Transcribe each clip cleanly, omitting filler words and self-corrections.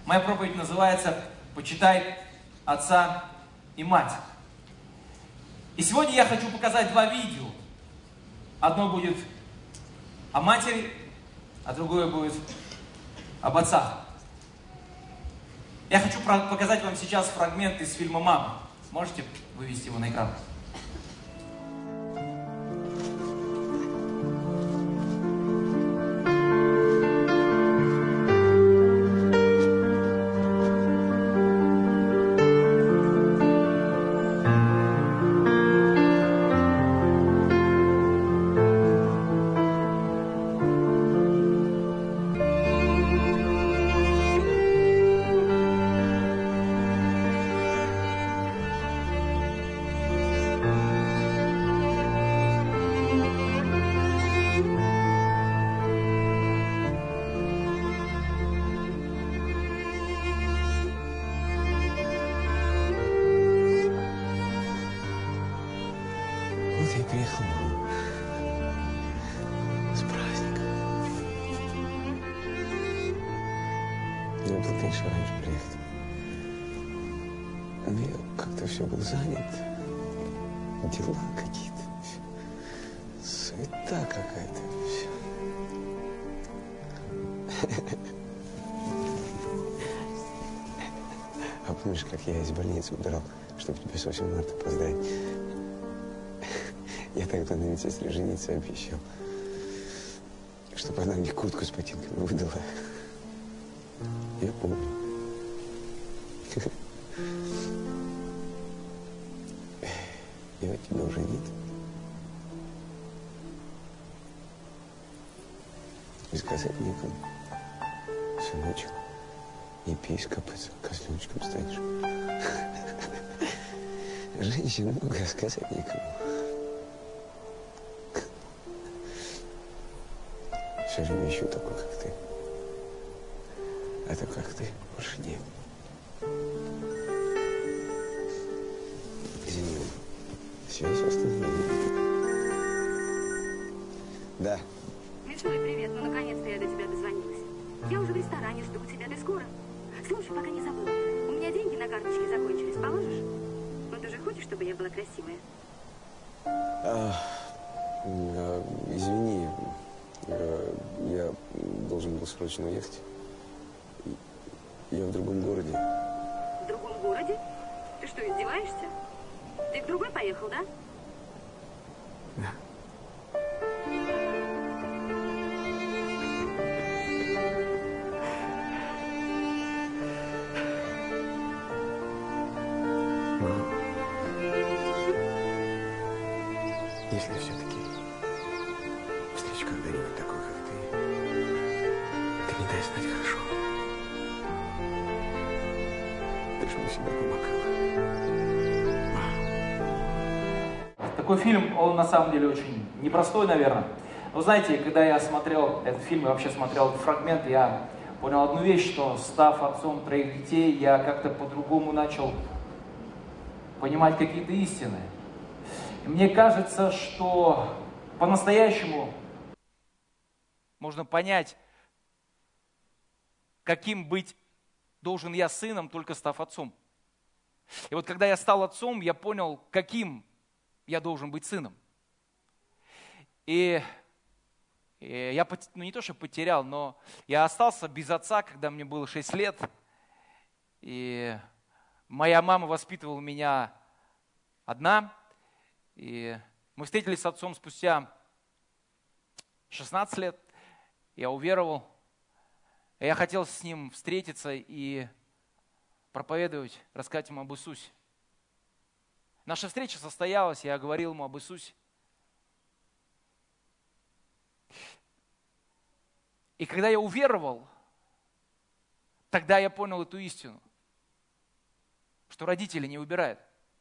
Моя проповедь называется «Почитай отца и мать». И сегодня я хочу показать два видео. Одно будет о матери, а другое будет об отцах. Я хочу показать вам сейчас фрагмент из фильма «Мама». Можете вывести его на экран? Вот я приехал, мама. С праздником. Я был, конечно, раньше приехать. Но я как-то все был занят. Дела какие-то. Суета какая-то. Все. А помнишь, как я из больницы удрал, чтобы тебя с 8 марта поздравить? Я тогда на медсестре жениться обещал, чтобы она мне куртку с ботинками выдала. Я помню. И вот тебя уже нет. И сказать некому. Сыночек, не пей скопыться, козленочком станешь. Женщин много, сказать некому. Все время ищу такой, как ты. А такой, как ты, больше нет. Извини, связь остановили. Да. Лесной, привет. Ну, наконец-то я до тебя дозвонилась. Я уже в ресторане, жду тебя. Ты скоро? Слушай, пока не забудь. У меня деньги на карточке закончились. Положишь? Ну, ты же хочешь, чтобы я была красивая? Извини. Я должен был срочно уехать. Я в другом городе. В другом городе? Ты что, издеваешься? Ты в другой поехал, да? Да. Мам, если все-таки встречу когда-нибудь такой, как ты не дай знать, хорошо? Ты же мне всегда помогала. Такой фильм, он на самом деле очень непростой, наверное. Но знаете, когда я смотрел этот фильм и вообще смотрел этот фрагмент, я понял одну вещь, что став отцом 3 детей, я как-то по-другому начал понимать какие-то истины. И мне кажется, что по-настоящему можно понять, каким быть должен я сыном, только став отцом. И вот когда я стал отцом, я понял, каким я должен быть сыном. И я, ну не то, что потерял, но я остался без отца, когда мне было 6 лет. И моя мама воспитывала меня одна. И мы встретились с отцом спустя 16 лет. Я уверовал. Я хотел с ним встретиться и проповедовать, рассказать ему об Иисусе. Наша встреча состоялась, я говорил ему об Иисусе. И когда я уверовал, тогда я понял эту истину, что родители не выбирают.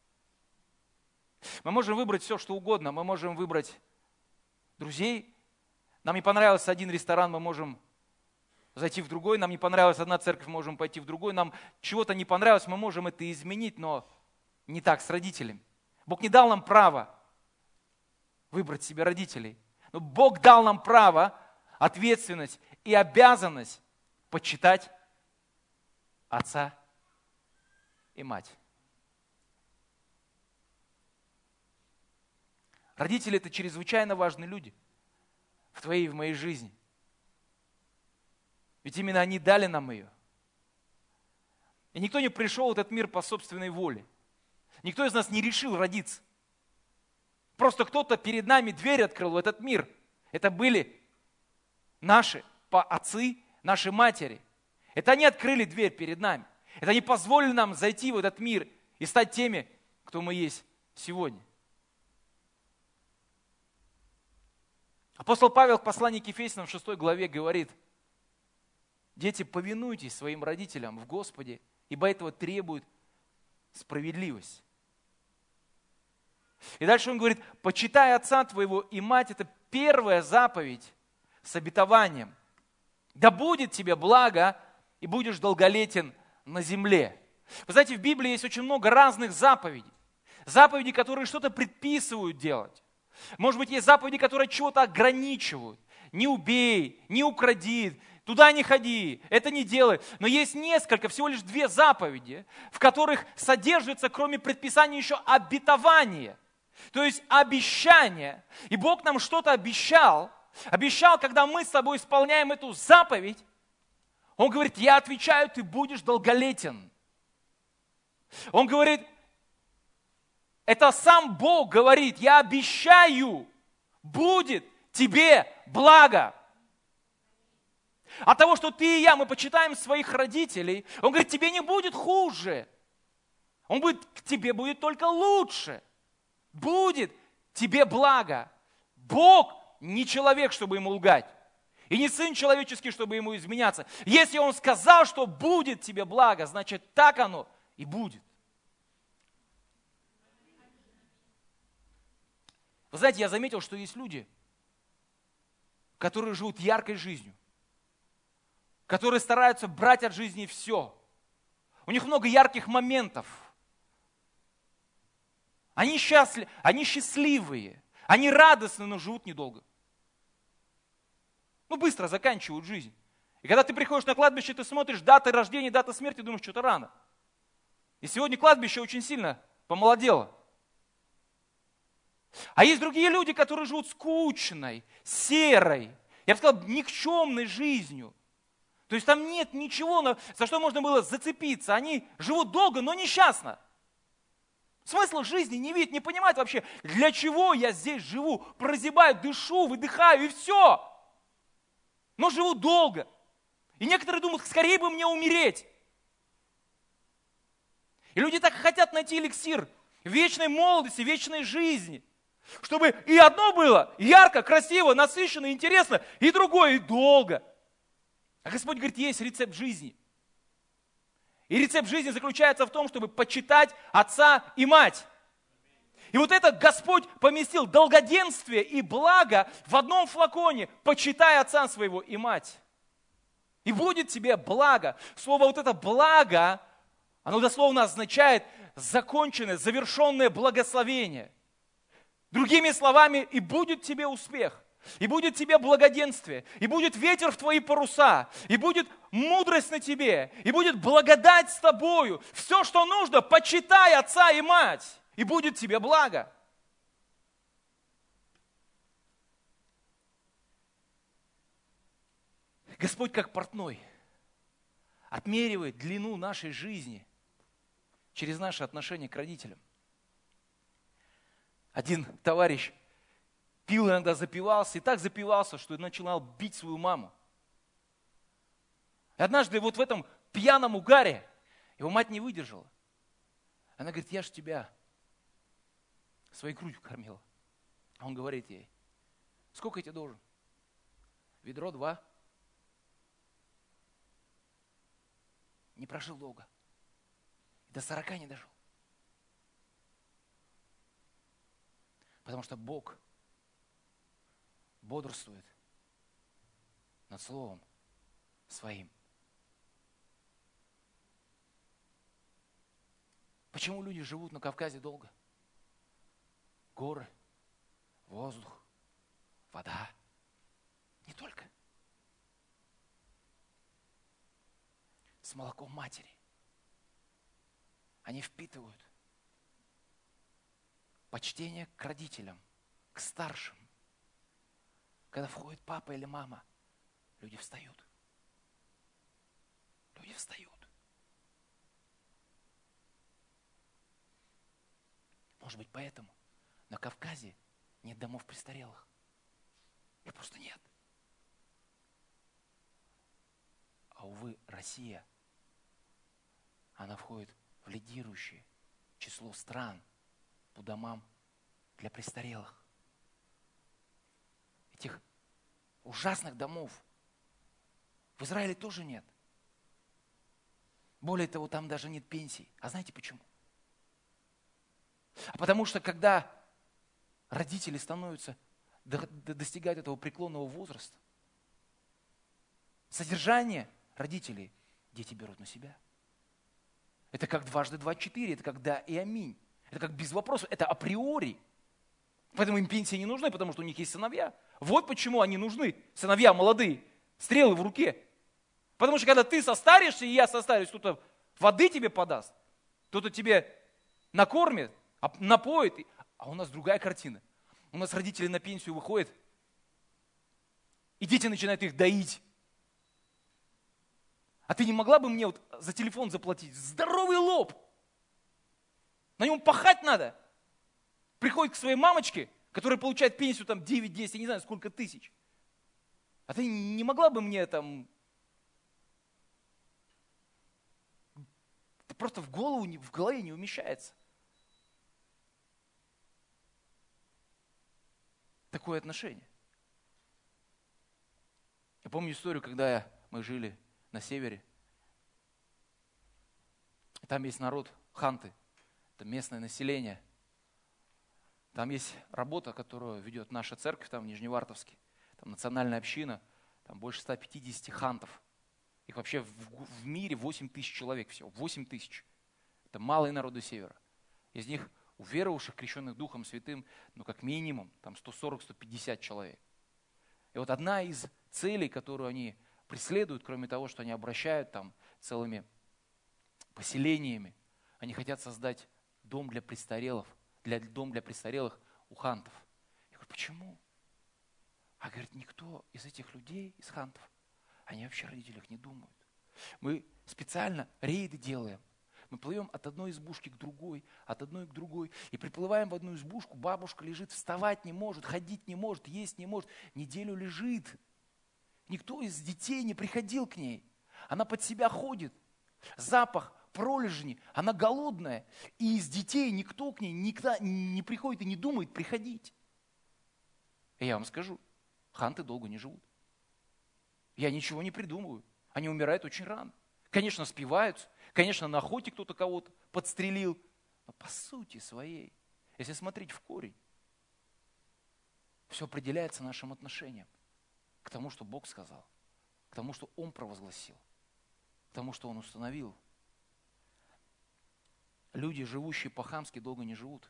Мы можем выбрать все, что угодно, мы можем выбрать друзей. Нам не понравился один ресторан, мы можем зайти в другой, нам не понравилась одна церковь, мы можем пойти в другой, нам чего-то не понравилось, мы можем это изменить, но не так с родителями. Бог не дал нам право выбрать себе родителей, но Бог дал нам право, ответственность и обязанность почитать отца и мать. Родители – это чрезвычайно важные люди в твоей и в моей жизни. Ведь именно они дали нам ее. И никто не пришел в этот мир по собственной воле. Никто из нас не решил родиться. Просто кто-то перед нами дверь открыл в этот мир. Это были наши отцы, наши матери. Это они открыли дверь перед нами. Это они позволили нам зайти в этот мир и стать теми, кто мы есть сегодня. Апостол Павел в послании к Ефесянам в 6 главе говорит: дети, повинуйтесь своим родителям в Господе, ибо этого требует справедливость. И дальше он говорит: почитай отца твоего и мать, это первая заповедь с обетованием. Да будет тебе благо, и будешь долголетен на земле. Вы знаете, в Библии есть очень много разных заповедей. Заповеди, которые что-то предписывают делать. Может быть, есть заповеди, которые чего-то ограничивают. Не убей, не укради, туда не ходи, это не делай. Но есть несколько, всего лишь 2 заповеди, в которых содержится, кроме предписания, еще обетование. То есть обещание. И Бог нам что-то обещал. Обещал, когда мы с тобой исполняем эту заповедь, Он говорит: я отвечаю, ты будешь долголетен. Он говорит, это сам Бог говорит: я обещаю, будет тебе благо. От того, что ты и я, мы почитаем своих родителей, Он говорит, тебе не будет хуже. Тебе будет только лучше. Будет тебе благо. Бог не человек, чтобы ему лгать. И не сын человеческий, чтобы ему изменяться. Если Он сказал, что будет тебе благо, значит, так оно и будет. Вы знаете, я заметил, что есть люди, которые живут яркой жизнью, которые стараются брать от жизни все. У них много ярких моментов. Они счастливые, они радостны, но живут недолго. Быстро заканчивают жизнь. И когда ты приходишь на кладбище, ты смотришь даты рождения, даты смерти, думаешь, что-то рано. И сегодня кладбище очень сильно помолодело. А есть другие люди, которые живут скучной, серой, я бы сказал, никчемной жизнью. То есть там нет ничего, за что можно было зацепиться. Они живут долго, но несчастно. Смысл жизни не видят, не понимают вообще, для чего я здесь живу. Прозябаю, дышу, выдыхаю и все. Но живут долго. И некоторые думают, скорее бы мне умереть. И люди так хотят найти эликсир вечной молодости, вечной жизни. Чтобы и одно было ярко, красиво, насыщенно, интересно, и другое, и долго. А Господь говорит, есть рецепт жизни. И рецепт жизни заключается в том, чтобы почитать отца и мать. И вот это Господь поместил долгоденствие и благо в одном флаконе. Почитай отца своего и мать. И будет тебе благо. Слово вот это благо, оно дословно означает законченное, завершенное благословение. Другими словами, и будет тебе успех, и будет тебе благоденствие, и будет ветер в твои паруса, и будет мудрость на тебе, и будет благодать с тобою. Все, что нужно, почитай отца и мать, и будет тебе благо. Господь как портной отмеривает длину нашей жизни через наше отношение к родителям. Один товарищ пил иногда, запивался, и так запивался, что начинал бить свою маму. И однажды вот в этом пьяном угаре его мать не выдержала. Она говорит, я ж тебя своей грудью кормила. А он говорит ей, сколько я тебе должен? Ведро 2. Не прожил долго. До 40 не дожил. Потому что Бог бодрствует над Словом Своим. Почему люди живут на Кавказе долго? Горы, воздух, вода. Не только. С молоком матери они впитывают почтение к родителям, к старшим. Когда входит папа или мама, люди встают. Люди встают. Может быть, поэтому на Кавказе нет домов престарелых. Их просто нет. А увы, Россия, она входит в лидирующее число стран по домам для престарелых. Этих ужасных домов в Израиле тоже нет. Более того, там даже нет пенсий. А знаете почему? А потому что когда родители достигают этого преклонного возраста, содержание родителей дети берут на себя. Это как 2 × 2 = 4, это как да и аминь. Это как без вопросов, это априори. Поэтому им пенсии не нужны, потому что у них есть сыновья. Вот почему они нужны, сыновья молодые, стрелы в руке. Потому что когда ты состаришься, и я состарюсь, кто-то воды тебе подаст, кто-то тебе накормит, напоит. А у нас другая картина. У нас родители на пенсию выходят, и дети начинают их доить. А ты не могла бы мне вот за телефон заплатить? Здоровый лоб! На нем пахать надо. Приходит к своей мамочке, которая получает пенсию там 9-10, я не знаю, сколько тысяч. А ты не могла бы мне там... Это просто в голове не умещается. Такое отношение. Я помню историю, когда мы жили на севере. Там есть народ, ханты. Это местное население. Там есть работа, которую ведет наша церковь там в Нижневартовске. Там национальная община. Там больше 150 хантов. Их вообще в мире 8 тысяч человек всего. 8 тысяч. Это малые народы севера. Из них уверовавших, крещенных Духом Святым, как минимум, там 140-150 человек. И вот одна из целей, которую они преследуют, кроме того, что они обращают там целыми поселениями, они хотят создать дом для престарелых, дом для престарелых у хантов. Я говорю, почему? А говорит, никто из этих людей, из хантов, они вообще о родителях не думают. Мы специально рейды делаем. Мы плывем от одной избушки к другой, от одной к другой. И приплываем в одну избушку, бабушка лежит, вставать не может, ходить не может, есть не может. Неделю лежит. Никто из детей не приходил к ней. Она под себя ходит. Запах пролежни, она голодная. И из детей никто к ней никогда не приходит и не думает приходить. И я вам скажу, ханты долго не живут. Я ничего не придумываю. Они умирают очень рано. Конечно, спиваются. Конечно, на охоте кто-то кого-то подстрелил. Но по сути своей, если смотреть в корень, все определяется нашим отношением к тому, что Бог сказал, к тому, что Он провозгласил, к тому, что Он установил. Люди, живущие по-хамски, долго не живут.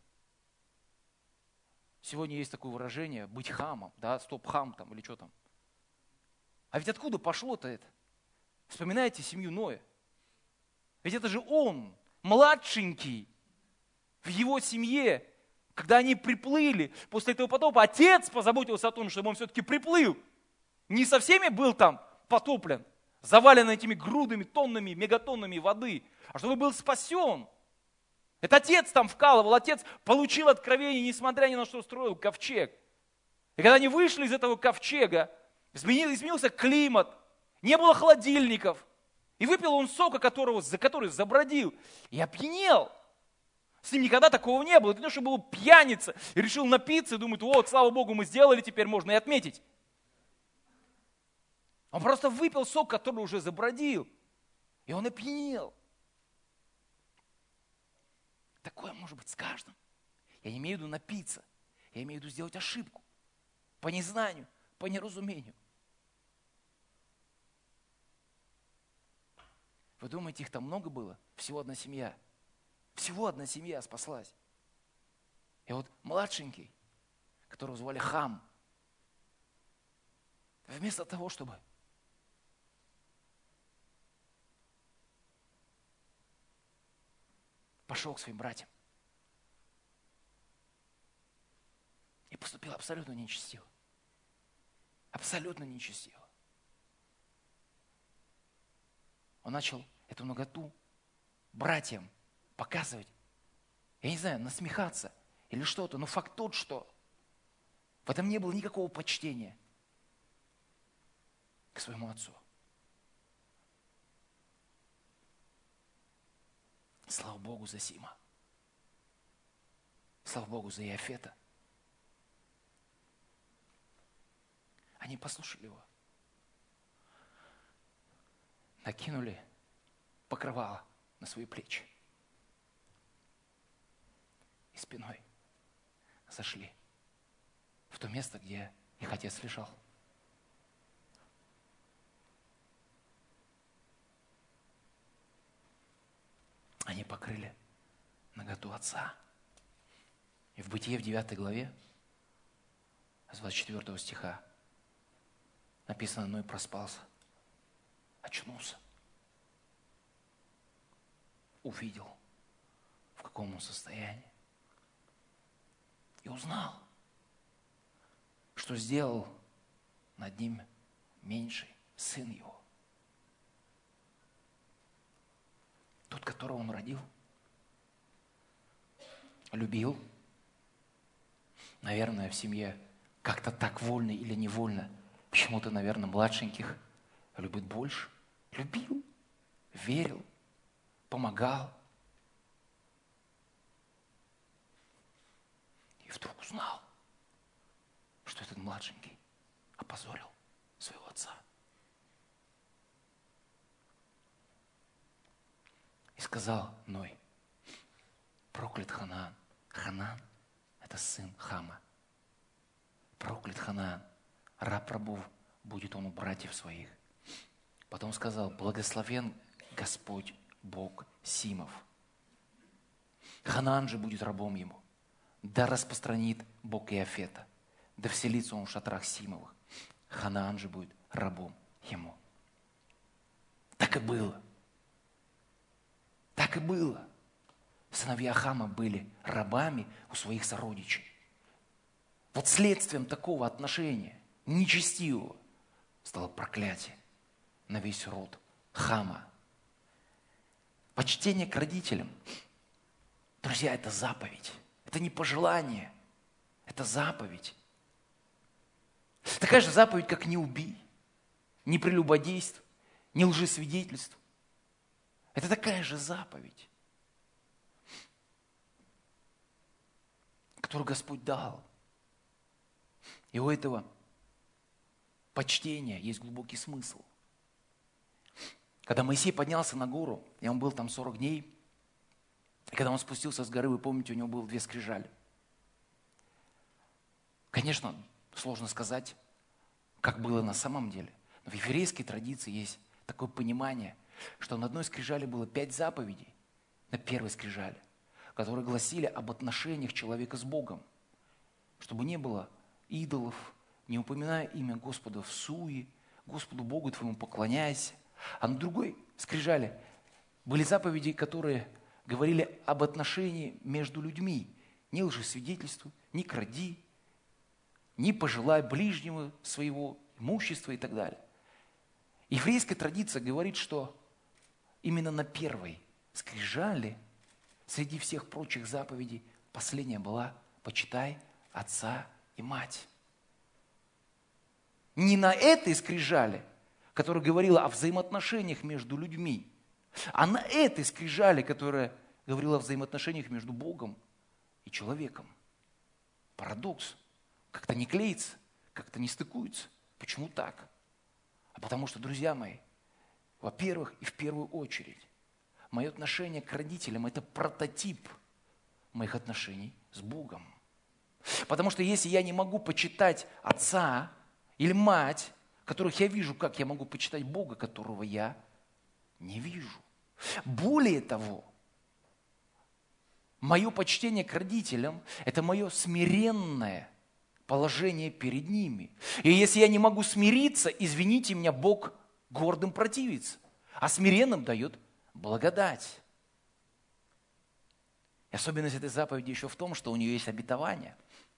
Сегодня есть такое выражение «быть хамом», да, стоп-хам там или что там. А ведь откуда пошло-то это? Вспоминайте семью Ноя. Ведь это же он, младшенький, в его семье, когда они приплыли после этого потопа, отец позаботился о том, чтобы он все-таки приплыл. Не со всеми был там потоплен, завален этими грудами, тоннами, мегатоннами воды, а чтобы был спасен. Это отец там вкалывал, отец получил откровение, несмотря ни на что строил ковчег. И когда они вышли из этого ковчега, изменился климат, не было холодильников. И выпил он сока, за который забродил, и опьянел. С ним никогда такого не было. Это не то, что был пьяница и решил напиться, и думает, вот, слава Богу, мы сделали, теперь можно и отметить. Он просто выпил сок, который уже забродил, и он опьянел. Такое может быть с каждым. Я не имею в виду напиться, я имею в виду сделать ошибку. По незнанию, по неразумению. Вы думаете, их там много было? Всего одна семья. Всего одна семья спаслась. И вот младшенький, которого звали Хам, вместо того, чтобы пошел к своим братьям и поступил абсолютно нечестиво. Абсолютно нечестиво. Он начал эту наготу братьям показывать. Я не знаю, насмехаться или что-то, но факт тот, что в этом не было никакого почтения к своему отцу. Слава Богу за Сима. Слава Богу за Иофета. Они послушали его. Накинули покрывало на свои плечи. И спиной зашли в то место, где их отец лежал. Они покрыли наготу отца. И в Бытие в 9 главе, с 24 стиха, написано: Ной проспался, очнулся, увидел, в каком он состоянии, и узнал, что сделал над ним меньший сын его. Тот, которого он родил, любил, наверное, в семье как-то так вольно или невольно, почему-то, наверное, младшеньких любит больше. Любил, верил, помогал. И вдруг узнал, что этот младшенький опозорил своего отца. И сказал Ной: проклят Ханаан. Ханаан – это сын Хама. Проклят Ханаан, раб рабов, будет он у братьев своих. Потом сказал: благословен Господь Бог Симов. Ханаан же будет рабом ему. Да распространит Бог Иофета, да вселится он в шатрах Симовых. Ханаан же будет рабом ему. Так и было. Так и было. Сыновья Хама были рабами у своих сородичей. Вот следствием такого отношения, нечестивого, стало проклятие на весь род Хама. Почтение к родителям, друзья, это заповедь. Это не пожелание, это заповедь. Такая же заповедь, как не убий, не прелюбодействуй, не лжесвидетельствуй. Это такая же заповедь, которую Господь дал. И у этого почтения есть глубокий смысл. Когда Моисей поднялся на гору, и он был там 40 дней, и когда он спустился с горы, вы помните, у него было 2 скрижали. Конечно, сложно сказать, как было на самом деле. Но в еврейской традиции есть такое понимание, что на одной скрижали было 5 заповедей, на первой скрижали, которые гласили об отношениях человека с Богом. Чтобы не было идолов, не упоминая имя Господа в суе, Господу Богу твоему поклоняйся. А на другой скрижали были заповеди, которые говорили об отношении между людьми. Не лжесвидетельствуй, не кради, не пожелай ближнего своего имущества и так далее. Еврейская традиция говорит, что именно на первой скрижали среди всех прочих заповедей последняя была: почитай отца и мать. Не на этой скрижали, которая говорила о взаимоотношениях между людьми, а на этой скрижали, которая говорила о взаимоотношениях между Богом и человеком. Парадокс. Как-то не клеится, как-то не стыкуется. Почему так? А потому что, друзья мои, во-первых и в первую очередь, мое отношение к родителям – это прототип моих отношений с Богом. Потому что если я не могу почитать отца или мать, которых я вижу, как я могу почитать Бога, которого я не вижу? Более того, мое почтение к родителям – это мое смиренное положение перед ними. И если я не могу смириться, извините меня, Бог гордым противится, а смиренным дает благодать. И особенность этой заповеди еще в том, что у нее есть обетование.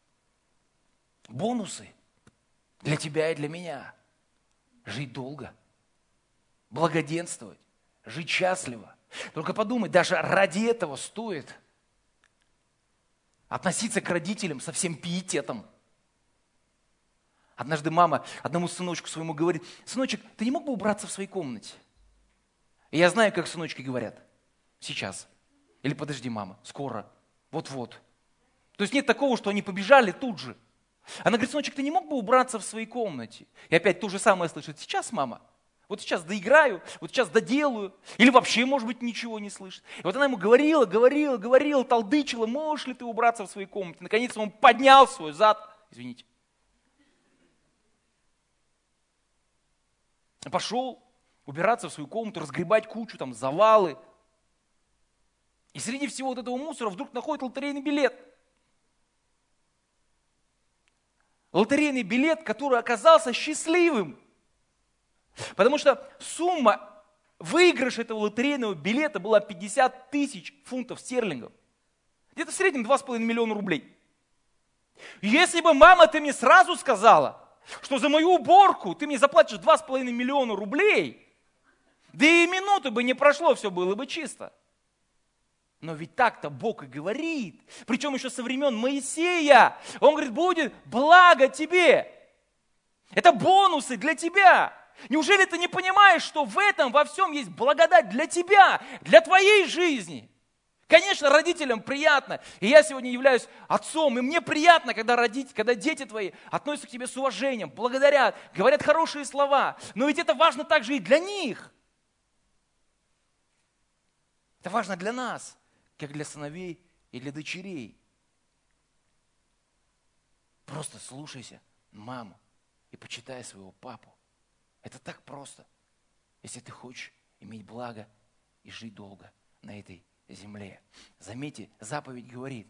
Бонусы для тебя и для меня. Жить долго, благоденствовать, жить счастливо. Только подумай, даже ради этого стоит относиться к родителям со всем пиететом. Однажды мама одному сыночку своему говорит: сыночек, ты не мог бы убраться в своей комнате? И я знаю, как сыночки говорят: сейчас. Или подожди, мама, скоро, вот-вот. То есть нет такого, что они побежали тут же. Она говорит: сыночек, ты не мог бы убраться в своей комнате? И опять то же самое слышит: сейчас, мама, вот сейчас доиграю, вот сейчас доделаю. Или вообще, может быть, ничего не слышит. И вот она ему говорила, толдычила: можешь ли ты убраться в своей комнате? Наконец он поднял свой зад, извините. Пошел убираться в свою комнату, разгребать кучу, там, завалы. И среди всего вот этого мусора вдруг находит лотерейный билет. Лотерейный билет, который оказался счастливым. Потому что сумма выигрыша этого лотерейного билета была 50 тысяч фунтов стерлингов. Где-то в среднем 2,5 миллиона рублей. Если бы, мама, ты мне сразу сказала, что за мою уборку ты мне заплатишь 2,5 миллиона рублей, да и минуты бы не прошло, все было бы чисто. Но ведь так-то Бог и говорит, причем еще со времен Моисея. Он говорит: будет благо тебе. Это бонусы для тебя. Неужели ты не понимаешь, что в этом во всем есть благодать для тебя, для твоей жизни? Конечно, родителям приятно, и я сегодня являюсь отцом, и мне приятно, когда дети твои относятся к тебе с уважением, благодарят, говорят хорошие слова, но ведь это важно также и для них. Это важно для нас, как для сыновей и для дочерей. Просто слушайся маму и почитай своего папу. Это так просто, если ты хочешь иметь благо и жить долго на этой земле. Заметьте, заповедь говорит: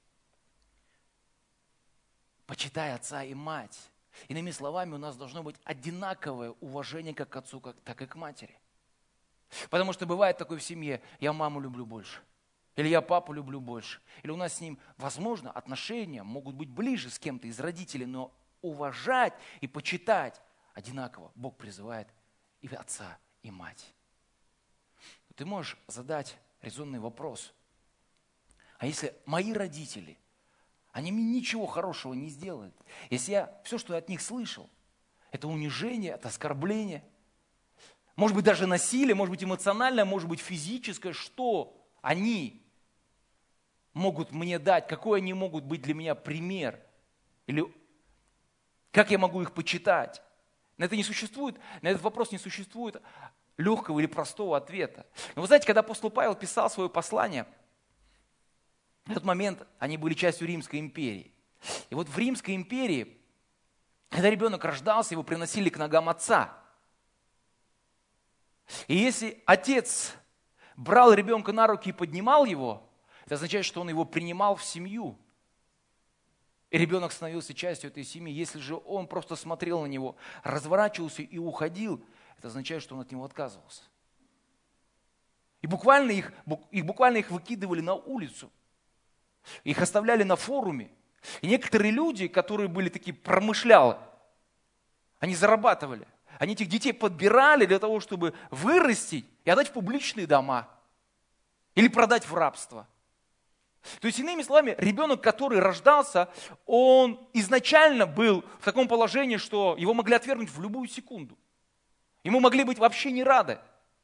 почитай отца и мать. Иными словами, у нас должно быть одинаковое уважение как к отцу, так и к матери. Потому что бывает такое в семье: я маму люблю больше, или я папу люблю больше, или у нас с ним, возможно, отношения могут быть ближе с кем-то из родителей, но уважать и почитать одинаково Бог призывает и отца, и мать. Ты можешь задать резонный вопрос: а если мои родители, они мне ничего хорошего не сделают, если все, что я от них слышал, это унижение, это оскорбление, может быть даже насилие, может быть эмоциональное, может быть физическое, что они могут мне дать, какой они могут быть для меня пример, или как я могу их почитать? На этот вопрос не существует легкого или простого ответа. Но вы знаете, когда апостол Павел писал свое послание, в тот момент они были частью Римской империи. И вот в Римской империи, когда ребенок рождался, его приносили к ногам отца. И если отец брал ребенка на руки и поднимал его, это означает, что он его принимал в семью. И ребенок становился частью этой семьи. Если же он просто смотрел на него, разворачивался и уходил, это означает, что он от него отказывался. И буквально их выкидывали на улицу. Их оставляли на форуме. И некоторые люди, которые были такие промышлялы, они зарабатывали. Они этих детей подбирали для того, чтобы вырастить и отдать в публичные дома. Или продать в рабство. То есть, иными словами, ребенок, который рождался, он изначально был в таком положении, что его могли отвергнуть в любую секунду. Ему могли быть вообще не рады.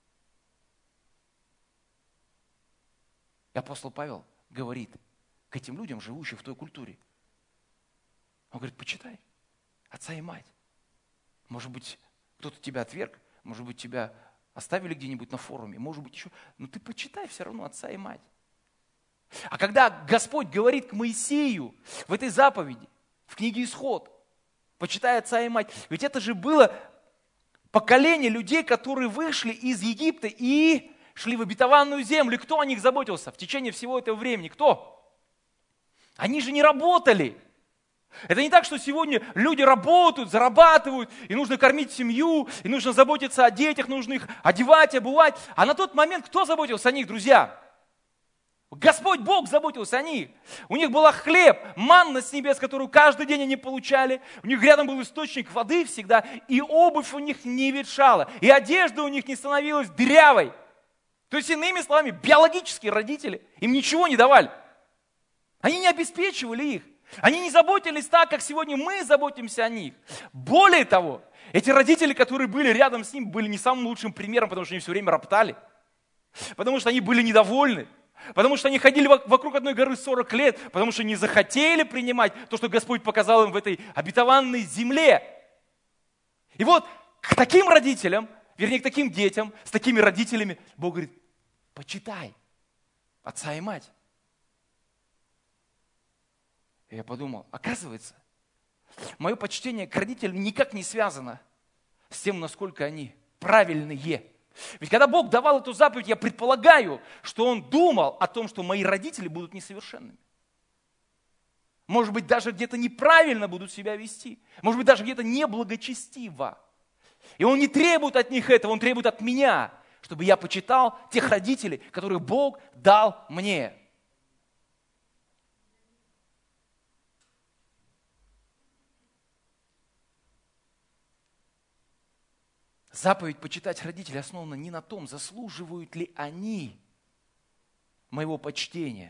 И апостол Павел говорит к этим людям, живущим в той культуре. Он говорит: почитай отца и мать. Может быть, кто-то тебя отверг, может быть, тебя оставили где-нибудь на форуме, может быть, еще. Но ты почитай все равно отца и мать. А когда Господь говорит к Моисею в этой заповеди, в книге Исход, почитай отца и мать, ведь это же было поколение людей, которые вышли из Египта и шли в обетованную землю. И кто о них заботился в течение всего этого времени? Кто? Они же не работали. Это не так, что сегодня люди работают, зарабатывают, и нужно кормить семью, и нужно заботиться о детях, нужно их одевать, обувать. А на тот момент кто заботился о них, друзья? Господь Бог заботился о них. У них была хлеб, манна с небес, которую каждый день они получали. У них рядом был источник воды всегда, и обувь у них не ветшала, и одежда у них не становилась дырявой. То есть, иными словами, биологические родители им ничего не давали. Они не обеспечивали их. Они не заботились так, как сегодня мы заботимся о них. Более того, эти родители, которые были рядом с ним, были не самым лучшим примером, потому что они все время роптали. Потому что они были недовольны. Потому что они ходили вокруг одной горы 40 лет. Потому что не захотели принимать то, что Господь показал им в этой обетованной земле. И вот к таким родителям, вернее, к таким детям, с такими родителями, Бог говорит, почитай отца и мать. И я подумал, оказывается, мое почтение к родителям никак не связано с тем, насколько они правильные. Ведь когда Бог давал эту заповедь, я предполагаю, что Он думал о том, что мои родители будут несовершенными. Может быть, даже где-то неправильно будут себя вести. Может быть, даже где-то неблагочестиво. И Он не требует от них этого, Он требует от меня, чтобы я почитал тех родителей, которых Бог дал мне. Заповедь почитать родителей основана не на том, заслуживают ли они моего почтения.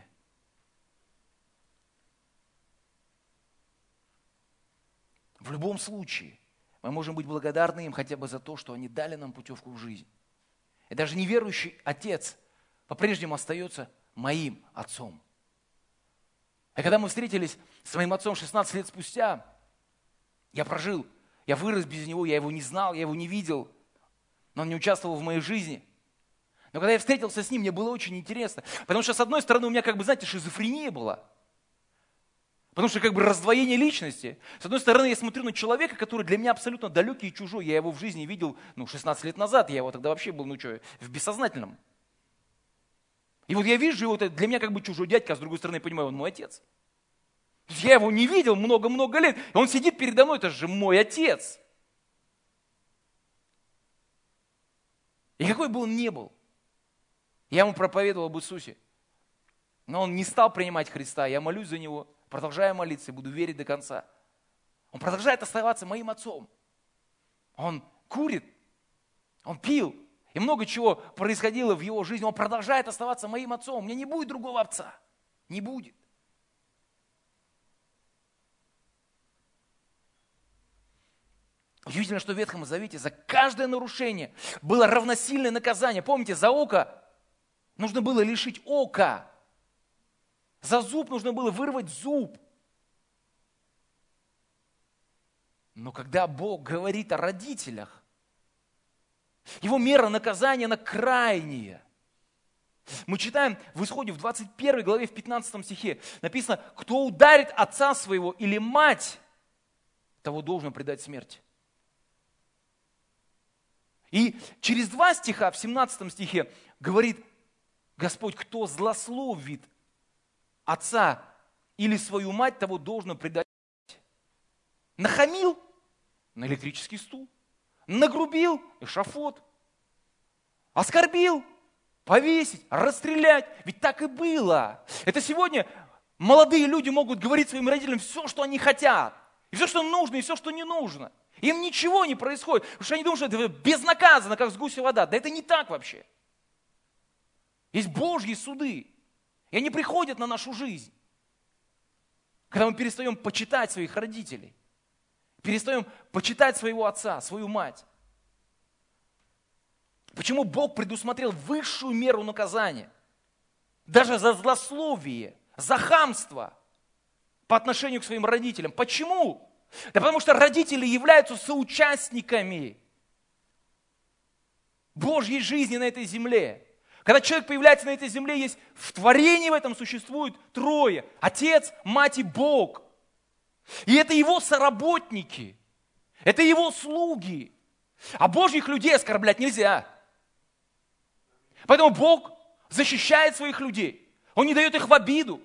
В любом случае, мы можем быть благодарны им хотя бы за то, что они дали нам путевку в жизнь. И даже неверующий отец по-прежнему остается моим отцом. И когда мы встретились с моим отцом 16 лет спустя, я вырос без него, я его не знал, я его не видел, но он не участвовал в моей жизни. Но когда я встретился с ним, мне было очень интересно, потому что, с одной стороны, у меня, шизофрения была. Потому что, раздвоение личности. С одной стороны, я смотрю на человека, который для меня абсолютно далекий и чужой. Я его в жизни видел, 16 лет назад, я его тогда вообще был, в бессознательном. И вот я вижу его, это для меня чужой дядька, а с другой стороны, я понимаю, он мой отец. Я его не видел много-много лет, и он сидит передо мной, это же мой отец. И какой бы он ни был, я ему проповедовал об Иисусе, но он не стал принимать Христа, я молюсь за него, продолжаю молиться и буду верить до конца. Он продолжает оставаться моим отцом. Он курит, он пил, и много чего происходило в его жизни, он продолжает оставаться моим отцом. У меня не будет другого отца, не будет. Удивительно, что в Ветхом Завете за каждое нарушение было равносильное наказание. Помните, за око нужно было лишить ока. За зуб нужно было вырвать зуб. Но когда Бог говорит о родителях, Его мера наказания, она крайняя. Мы читаем в Исходе в 21 главе, в 15 стихе, написано, кто ударит отца своего или мать, того должен предать смерти. И через 2 стиха, в 17 стихе, говорит Господь, кто злословит отца или свою мать, того должно предать. Нахамил — на электрический стул. Нагрубил — эшафот. Оскорбил — повесить, расстрелять. Ведь так и было. Это сегодня молодые люди могут говорить своим родителям все, что они хотят. И все, что нужно, и все, что не нужно. Им ничего не происходит, потому что они думают, что это безнаказанно, как с гуся вода. Да это не так вообще. Есть Божьи суды, и они приходят на нашу жизнь. Когда мы перестаем почитать своих родителей, перестаем почитать своего отца, свою мать. Почему Бог предусмотрел высшую меру наказания? Даже за злословие, за хамство по отношению к своим родителям. Почему? Да потому что родители являются соучастниками Божьей жизни на этой земле. Когда человек появляется на этой земле, есть в творении в этом существует трое. Отец, мать и Бог. И это его соработники. Это его слуги. А Божьих людей оскорблять нельзя. Поэтому Бог защищает своих людей. Он не дает их в обиду.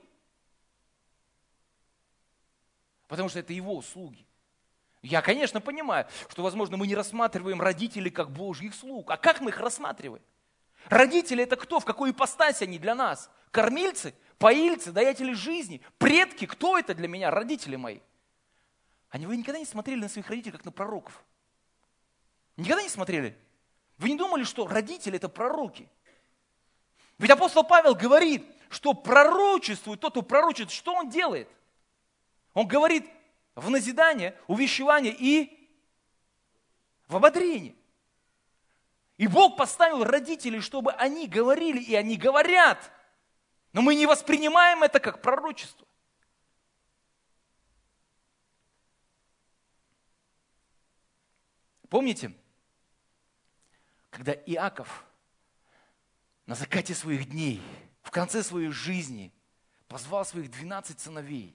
Потому что это его слуги. Я, конечно, понимаю, что, возможно, мы не рассматриваем родителей как Божьих слуг. А как мы их рассматриваем? Родители – это кто? В какой ипостаси они для нас? Кормильцы, поильцы, даятели жизни, предки. Кто это для меня? Родители мои. Вы никогда не смотрели на своих родителей, как на пророков? Никогда не смотрели? Вы не думали, что родители – это пророки? Ведь апостол Павел говорит, что пророчествует тот, кто пророчит. Что он делает? Он говорит в назидание, увещевание и в ободрение. И Бог поставил родителей, чтобы они говорили, и они говорят. Но мы не воспринимаем это как пророчество. Помните, когда Иаков на закате своих дней, в конце своей жизни, позвал своих 12 сыновей,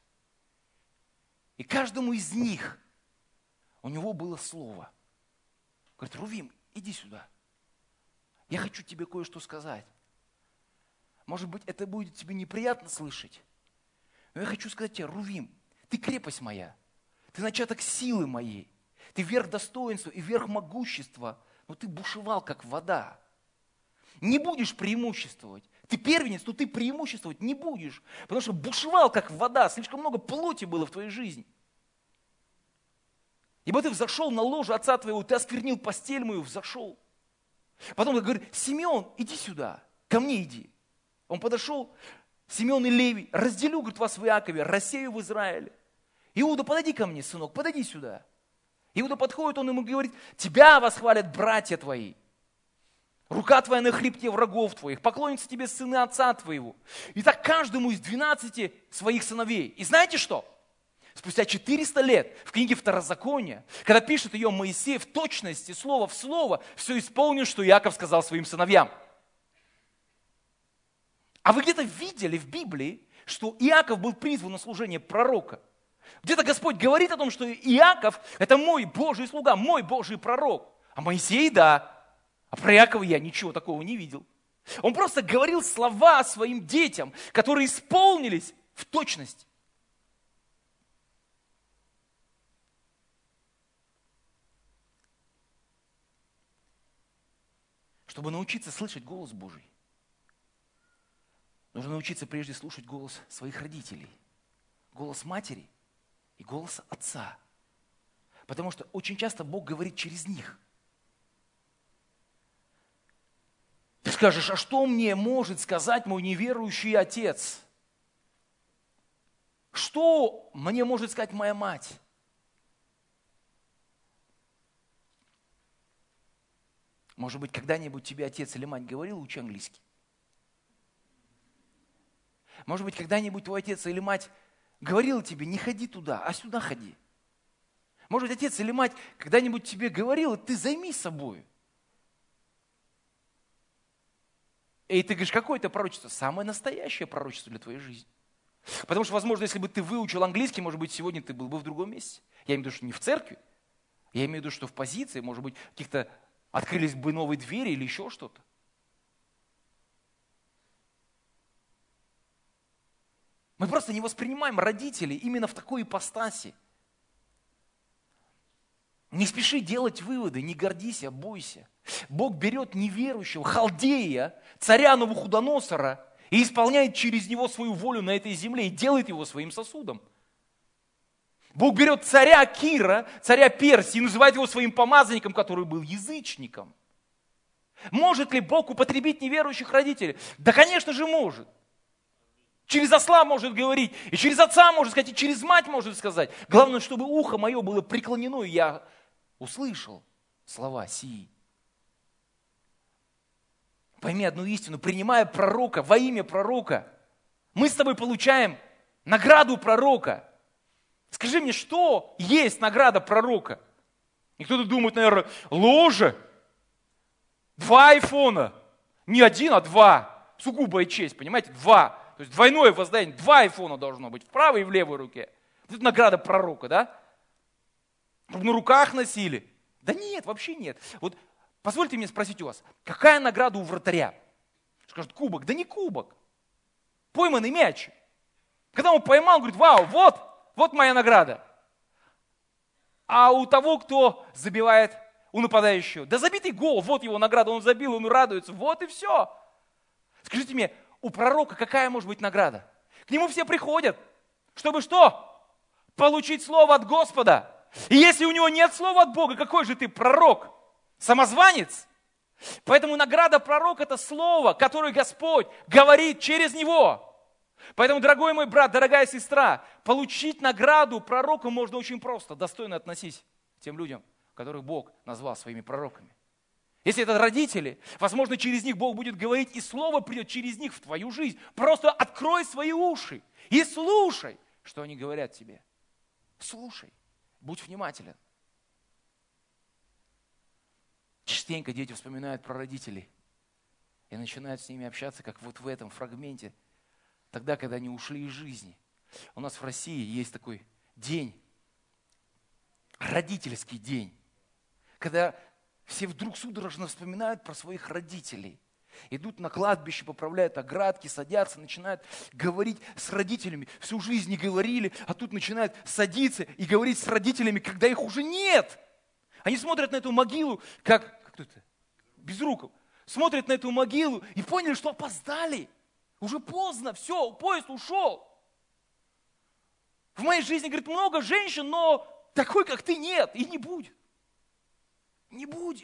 и каждому из них у него было слово. Говорит: Рувим, иди сюда. Я хочу тебе кое-что сказать. Может быть, это будет тебе неприятно слышать, но я хочу сказать тебе: Рувим, ты крепость моя, ты начаток силы моей, ты верх достоинства и верх могущества, но ты бушевал, как вода. Не будешь преимуществовать. Ты первенец, но ты преимуществовать не будешь, потому что бушевал, как вода, слишком много плоти было в твоей жизни. Ибо ты взошел на ложе отца твоего, ты осквернил постель мою, взошел. Потом он говорит: Симеон, иди сюда, ко мне иди. Он подошел, Симеон и Левий: разделю, говорит, вас в Иакове, рассею в Израиле. Иуда, подойди ко мне, сынок, подойди сюда. Иуда подходит, он ему говорит: тебя восхвалят братья твои. Рука твоя на хребте врагов твоих, поклонятся тебе сыны отца твоего. И так каждому из 12 своих сыновей. И знаете что? Спустя 400 лет в книге Второзакония, когда пишет ее Моисей, в точности, слово в слово, все исполнил, что Иаков сказал своим сыновьям. А вы где-то видели в Библии, что Иаков был призван на служение пророка? Где-то Господь говорит о том, что Иаков – это мой Божий слуга, мой Божий пророк. А Моисей – да. А про Иакова я ничего такого не видел. Он просто говорил слова своим детям, которые исполнились в точности. Чтобы научиться слышать голос Божий, нужно научиться прежде слушать голос своих родителей, голос матери и голос отца. Потому что очень часто Бог говорит через них. Ты скажешь: а что мне может сказать мой неверующий отец? Что мне может сказать моя мать? Может быть, когда-нибудь тебе отец или мать говорил: учи английский? Может быть, когда-нибудь твой отец или мать говорил тебе: не ходи туда, а сюда ходи? Может быть, отец или мать когда-нибудь тебе говорил: ты займись собой? И ты говоришь: какое это пророчество? Самое настоящее пророчество для твоей жизни. Потому что, возможно, если бы ты выучил английский, может быть, сегодня ты был бы в другом месте. Я имею в виду, что не в церкви. Я имею в виду, что в позиции, может быть, каких-то открылись бы новые двери или еще что-то. Мы просто не воспринимаем родителей именно в такой ипостаси. Не спеши делать выводы, не гордись, а бойся. Бог берет неверующего, халдея, царя Навуходоносора, и исполняет через него свою волю на этой земле, и делает его своим сосудом. Бог берет царя Кира, царя Персии, и называет его своим помазанником, который был язычником. Может ли Бог употребить неверующих родителей? Да, конечно же, может. Через осла может говорить, и через отца может сказать, и через мать может сказать. Главное, чтобы ухо мое было преклонено, и я услышал слова сии. Пойми одну истину: принимая пророка, во имя пророка, мы с тобой получаем награду пророка. Скажи мне, что есть награда пророка? И кто-то думает, наверное: ложа, 2 айфона, не 1, а 2. Сугубая честь, понимаете, 2. То есть двойное воздаяние, 2 айфона должно быть в правой и в левой руке. Это награда пророка, да? Чтобы на руках носили. Да нет, вообще нет. Вот позвольте мне спросить у вас, какая награда у вратаря? Скажут: кубок. Да не кубок. Пойманный мяч. Когда он поймал, он говорит: вау, вот моя награда. А у того, кто забивает, у нападающего: да забитый гол, вот его награда, он забил, он радуется, вот и все. Скажите мне, у пророка какая может быть награда? К нему все приходят, чтобы что? Получить слово от Господа. И если у него нет слова от Бога, какой же ты пророк? Самозванец? Поэтому награда пророка – это слово, которое Господь говорит через него. Поэтому, дорогой мой брат, дорогая сестра, получить награду пророка можно очень просто. Достойно относись к тем людям, которых Бог назвал своими пророками. Если это родители, возможно, через них Бог будет говорить, и слово придет через них в твою жизнь. Просто открой свои уши и слушай, что они говорят тебе. Слушай, будь внимателен. Частенько дети вспоминают про родителей и начинают с ними общаться, как вот в этом фрагменте, тогда, когда они ушли из жизни. У нас в России есть такой день, родительский день, когда все вдруг судорожно вспоминают про своих родителей. Идут на кладбище, поправляют оградки, садятся, начинают говорить с родителями. Всю жизнь не говорили, а тут начинают садиться и говорить с родителями, когда их уже нет. Они смотрят на эту могилу, как кто-то, Безруков, смотрят на эту могилу и поняли, что опоздали. Уже поздно, все, поезд ушел. В моей жизни, говорит, много женщин, но такой, как ты, нет, и не будет. Не будет.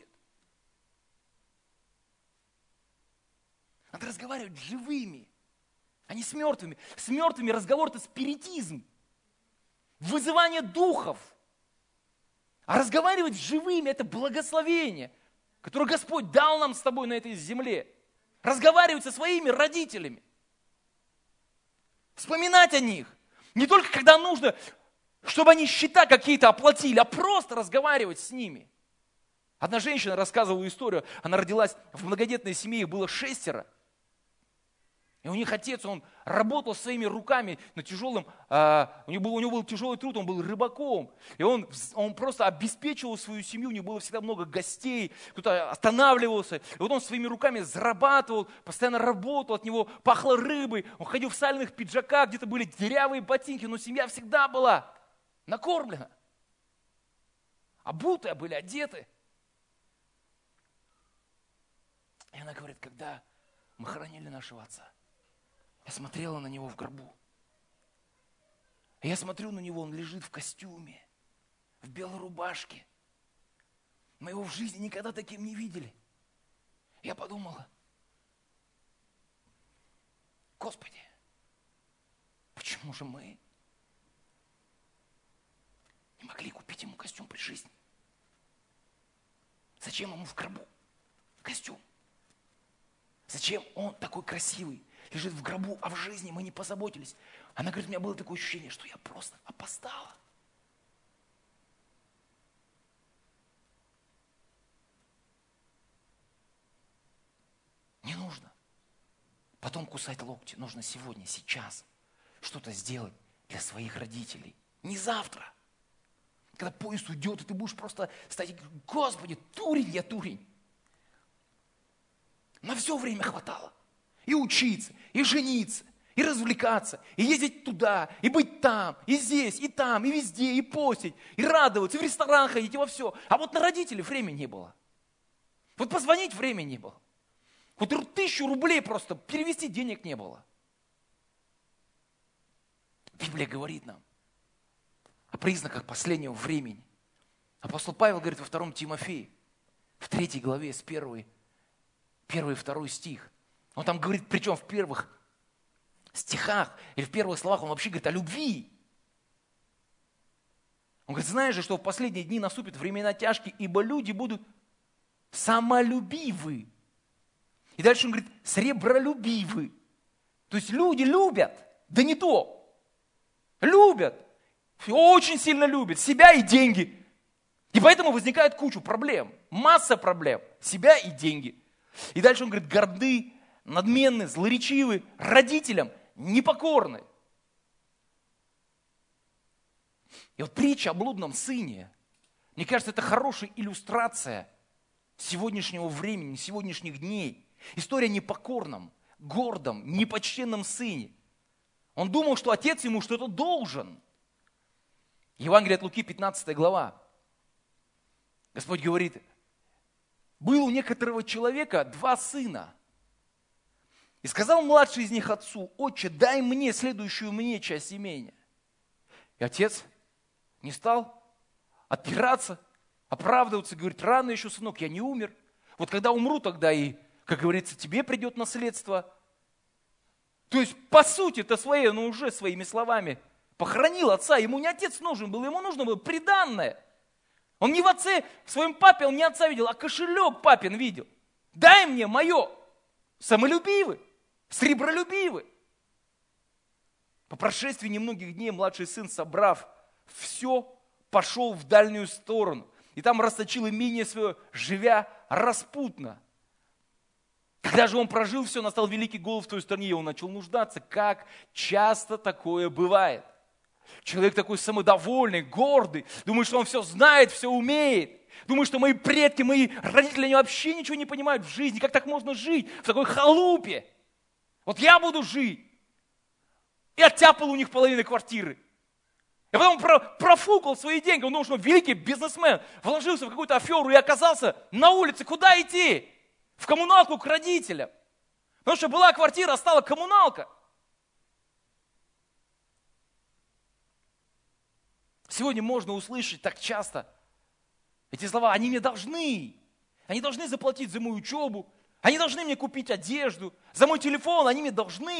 Надо разговаривать с живыми, а не с мертвыми. С мертвыми разговор – это спиритизм, вызывание духов. А разговаривать с живыми – это благословение, которое Господь дал нам с тобой на этой земле. Разговаривать со своими родителями. Вспоминать о них. Не только когда нужно, чтобы они счета какие-то оплатили, а просто разговаривать с ними. Одна женщина рассказывала историю, она родилась в многодетной семье, их было 6. И у них отец, он работал своими руками на тяжелом, у него был тяжелый труд, он был рыбаком. И он просто обеспечивал свою семью, у него было всегда много гостей, кто-то останавливался. И вот он своими руками зарабатывал, постоянно работал, от него пахло рыбой. Он ходил в сальных пиджаках, где-то были дырявые ботинки, но семья всегда была накормлена. Обутые были, одеты. И она говорит, когда мы хоронили нашего отца, я смотрела на него в гробу. И я смотрю на него, он лежит в костюме, в белой рубашке. Мы его в жизни никогда таким не видели. Я подумала, Господи, почему же мы не могли купить ему костюм при жизни? Зачем ему в гробу костюм? Зачем он такой красивый, лежит в гробу, а в жизни мы не позаботились? Она говорит, у меня было такое ощущение, что я просто опоздала. Не нужно потом кусать локти. Нужно сегодня, сейчас что-то сделать для своих родителей. Не завтра. Когда поезд уйдет, и ты будешь просто стоять и говорить, Господи, турень я турень. На все время хватало. И учиться, и жениться, и развлекаться, и ездить туда, и быть там, и здесь, и там, и везде, и постить, и радоваться, и в ресторан ходить, и во все. А вот на родителей времени не было. Вот позвонить времени не было. Вот 1000 рублей просто перевести денег не было. Библия говорит нам о признаках последнего времени. Апостол Павел говорит во 2 Тимофея, в 3 главе, с 1 и 2 стих. Он там говорит, причем в первых стихах или в первых словах, он вообще говорит о любви. Он говорит, знаешь же, что в последние дни наступят времена тяжкие, ибо люди будут самолюбивы. И дальше он говорит, сребролюбивы. То есть люди любят, да не то. Любят, очень сильно любят себя и деньги. И поэтому возникает куча проблем, масса проблем, себя и деньги. И дальше он говорит, горды, надменны, злоречивы, родителям непокорны. И вот притча о блудном сыне, мне кажется, это хорошая иллюстрация сегодняшнего времени, сегодняшних дней. История о непокорном, гордом, непочтенном сыне. Он думал, что отец ему что-то должен. Евангелие от Луки, 15 глава. Господь говорит, было у некоторого человека 2 сына. И И сказал младший из них отцу: отче, дай мне следующую мне часть имения. И отец не стал отпираться, оправдываться, говорит: рано еще, сынок, я не умер. Вот когда умру, тогда и, как говорится, тебе придет наследство. То есть, по сути-то своей, он уже своими словами похоронил отца. Ему не отец нужен был, ему нужно было приданное. Он не в отце, в своем папе, он не отца видел, а кошелек папин видел. Дай мне мое. Самолюбивый, сребролюбивый. По прошествии немногих дней младший сын, собрав все, пошел в дальнюю сторону. И там расточил имение свое, живя распутно. Когда же он прожил все, настал великий голод в той стране, и он начал нуждаться. Как часто такое бывает. Человек такой самодовольный, гордый, думает, что он все знает, все умеет. Думает, что мои предки, мои родители, они вообще ничего не понимают в жизни. Как так можно жить в такой халупе? Вот я буду жить. И оттяпал у них половину квартиры. И потом профукал свои деньги. Он думал, что он великий бизнесмен. Вложился в какую-то аферу и оказался на улице. Куда идти? В коммуналку к родителям. Потому что была квартира, а стала коммуналка. Сегодня можно услышать так часто эти слова: они мне должны. Они должны заплатить за мою учебу. Они должны мне купить одежду. За мой телефон они мне должны.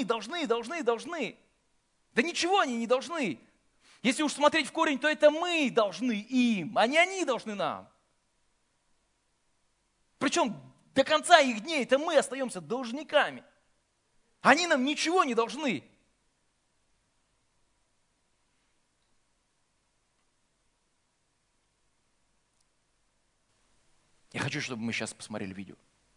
Да ничего они не должны. Если уж смотреть в корень, то это мы должны им, а не они должны нам. Причем до конца их дней это мы остаемся должниками. Они нам ничего не должны. Я хочу, чтобы мы сейчас посмотрели видео.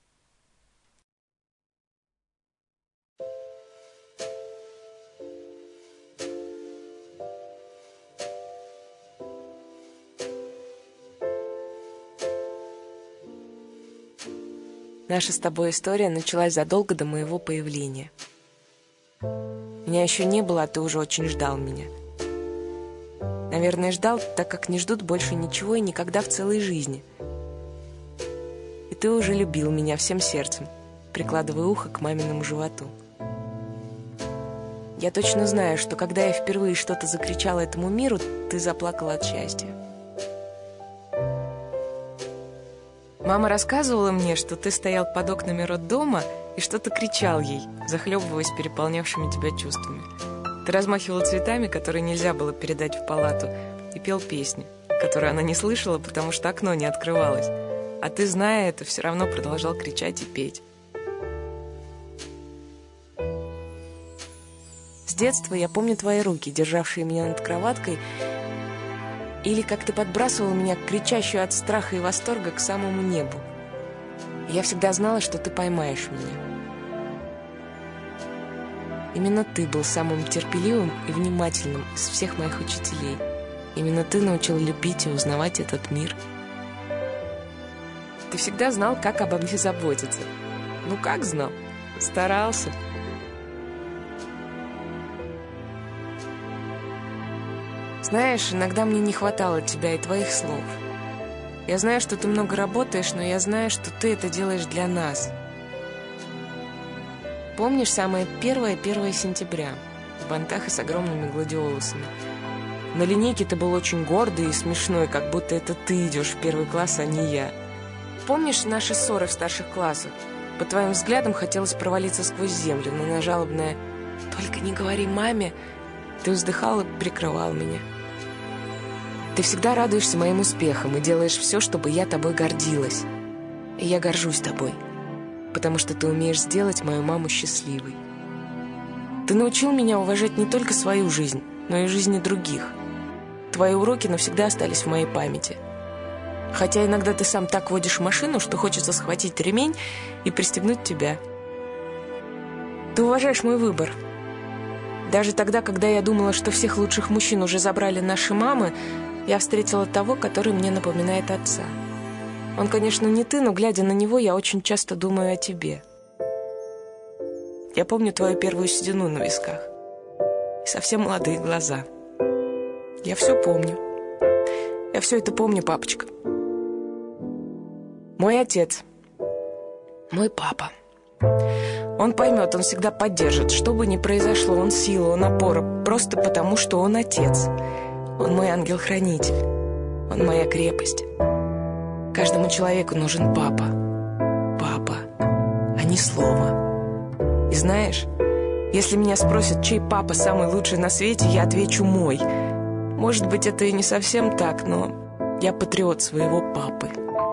Наша с тобой история началась задолго до моего появления. Меня еще не было, а ты уже очень ждал меня. Наверное, ждал, так как не ждут больше ничего и никогда в целой жизни. И ты уже любил меня всем сердцем, прикладывая ухо к маминому животу. Я точно знаю, что когда я впервые что-то закричала этому миру, ты заплакала от счастья. Мама рассказывала мне, что ты стоял под окнами роддома и что-то кричал ей, захлебываясь переполнявшими тебя чувствами. Ты размахивал цветами, которые нельзя было передать в палату, и пел песни, которые она не слышала, потому что окно не открывалось. А ты, зная это, все равно продолжал кричать и петь. С детства я помню твои руки, державшие меня над кроваткой, или как ты подбрасывал меня, кричащую от страха и восторга, к самому небу. И я всегда знала, что ты поймаешь меня. Именно ты был самым терпеливым и внимательным из всех моих учителей. Именно ты научил любить и узнавать этот мир. Ты всегда знал, как обо мне заботиться. Ну как знал? Старался. Знаешь, иногда мне не хватало тебя и твоих слов. Я знаю, что ты много работаешь, но я знаю, что ты это делаешь для нас. Помнишь самое 1 сентября? В бантах и с огромными гладиолусами. На линейке ты был очень гордый и смешной, как будто это ты идешь в 1 класс, а не я. Помнишь наши ссоры в старших классах? По твоим взглядам хотелось провалиться сквозь землю, но на жалобное «Только не говори маме», ты вздыхал и прикрывал меня. Ты всегда радуешься моим успехам и делаешь все, чтобы я тобой гордилась. И я горжусь тобой, потому что ты умеешь сделать мою маму счастливой. Ты научил меня уважать не только свою жизнь, но и жизни других. Твои уроки навсегда остались в моей памяти. Хотя иногда ты сам так водишь машину, что хочется схватить ремень и пристегнуть тебя. Ты уважаешь мой выбор. Даже тогда, когда я думала, что всех лучших мужчин уже забрали наши мамы, я встретила того, который мне напоминает отца. Он, конечно, не ты, но, глядя на него, я очень часто думаю о тебе. Я помню твою первую седину на висках и совсем молодые глаза. Я все помню. Я все это помню, папочка. Мой отец, мой папа. Он поймет, он всегда поддержит. Что бы ни произошло, он сила, он опора. Просто потому, что он отец. Он мой ангел-хранитель. Он моя крепость. Каждому человеку нужен папа. Папа, а не слово. И знаешь, если меня спросят, чей папа самый лучший на свете, я отвечу мой. Может быть, это и не совсем так, но я патриот своего папы.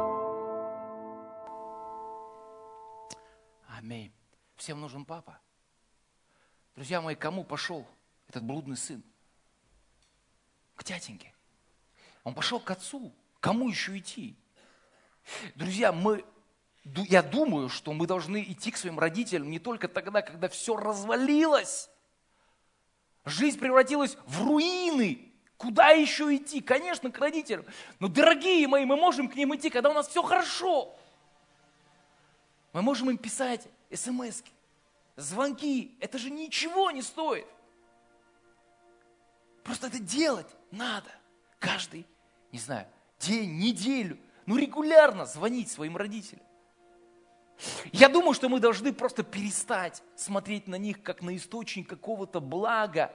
Аминь. Всем нужен папа. Друзья мои, кому пошел этот блудный сын? К тятеньке. Он пошел к отцу. Кому еще идти? Друзья, я думаю, что мы должны идти к своим родителям не только тогда, когда все развалилось. Жизнь превратилась в руины. Куда еще идти? Конечно, к родителям. Но, дорогие мои, мы можем к ним идти, когда у нас все хорошо. Мы можем им писать смс-ки, звонки. Это же ничего не стоит. Просто это делать надо. Каждый, не знаю, день, неделю. Регулярно звонить своим родителям. Я думаю, что мы должны просто перестать смотреть на них, как на источник какого-то блага.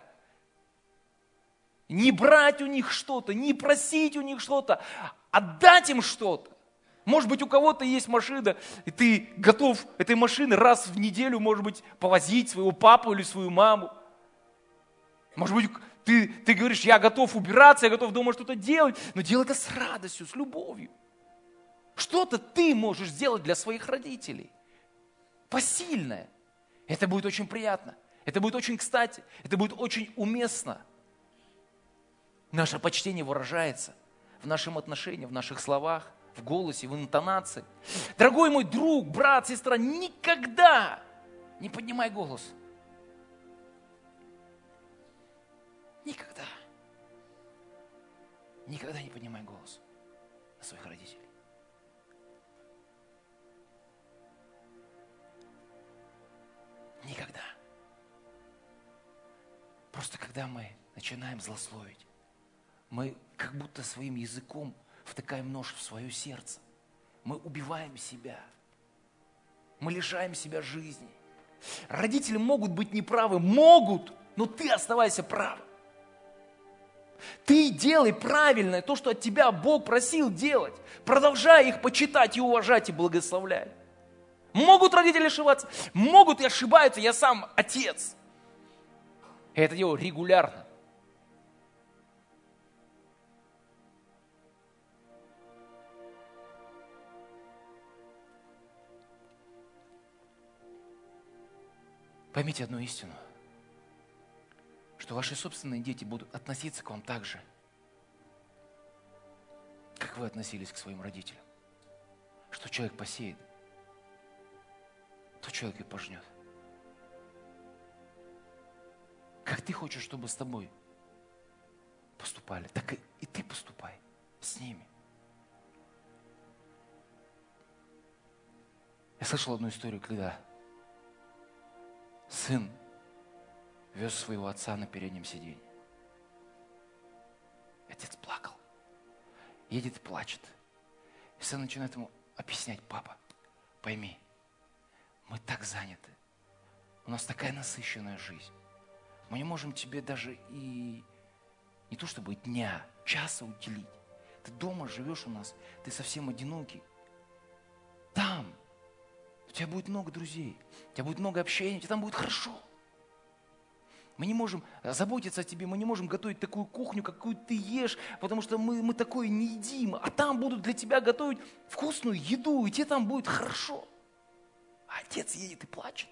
Не брать у них что-то, не просить у них что-то, отдать им что-то. Может быть, у кого-то есть машина, и ты готов этой машины раз в неделю, может быть, повозить своего папу или свою маму. Может быть, ты говоришь, я готов убираться, я готов дома что-то делать, но делай это с радостью, с любовью. Что-то ты можешь сделать для своих родителей. Посильное. Это будет очень приятно. Это будет очень кстати. Это будет очень уместно. Наше почтение выражается в нашем отношении, в наших словах, в голосе, в интонации. Дорогой мой друг, брат, сестра, никогда не поднимай голос. Никогда. Никогда не поднимай голос на своих родителей. Никогда. Просто когда мы начинаем злословить, мы как будто своим языком втыкаем нож в свое сердце. Мы убиваем себя. Мы лишаем себя жизни. Родители могут быть неправы, могут, но ты оставайся правым. Ты делай правильное, то, что от тебя Бог просил делать. Продолжай их почитать и уважать и благословлять. Могут родители ошибаться, могут и ошибаются, я сам отец. Я это делаю регулярно. Поймите одну истину, что ваши собственные дети будут относиться к вам так же, как вы относились к своим родителям. Что человек посеет, то человек и пожнет. Как ты хочешь, чтобы с тобой поступали, так и ты поступай с ними. Я слышал одну историю, когда сын вез своего отца на переднем сиденье. Отец плакал. Едет и плачет. И сын начинает ему объяснять: папа, пойми, мы так заняты. У нас такая насыщенная жизнь. Мы не можем тебе даже и не то чтобы дня, часа уделить. Ты дома живешь у нас, ты совсем одинокий. Там у тебя будет много друзей, у тебя будет много общения, тебе там будет хорошо. Мы не можем заботиться о тебе, мы не можем готовить такую кухню, какую ты ешь, потому что мы такое не едим. А там будут для тебя готовить вкусную еду, и тебе там будет хорошо. А отец едет и плачет.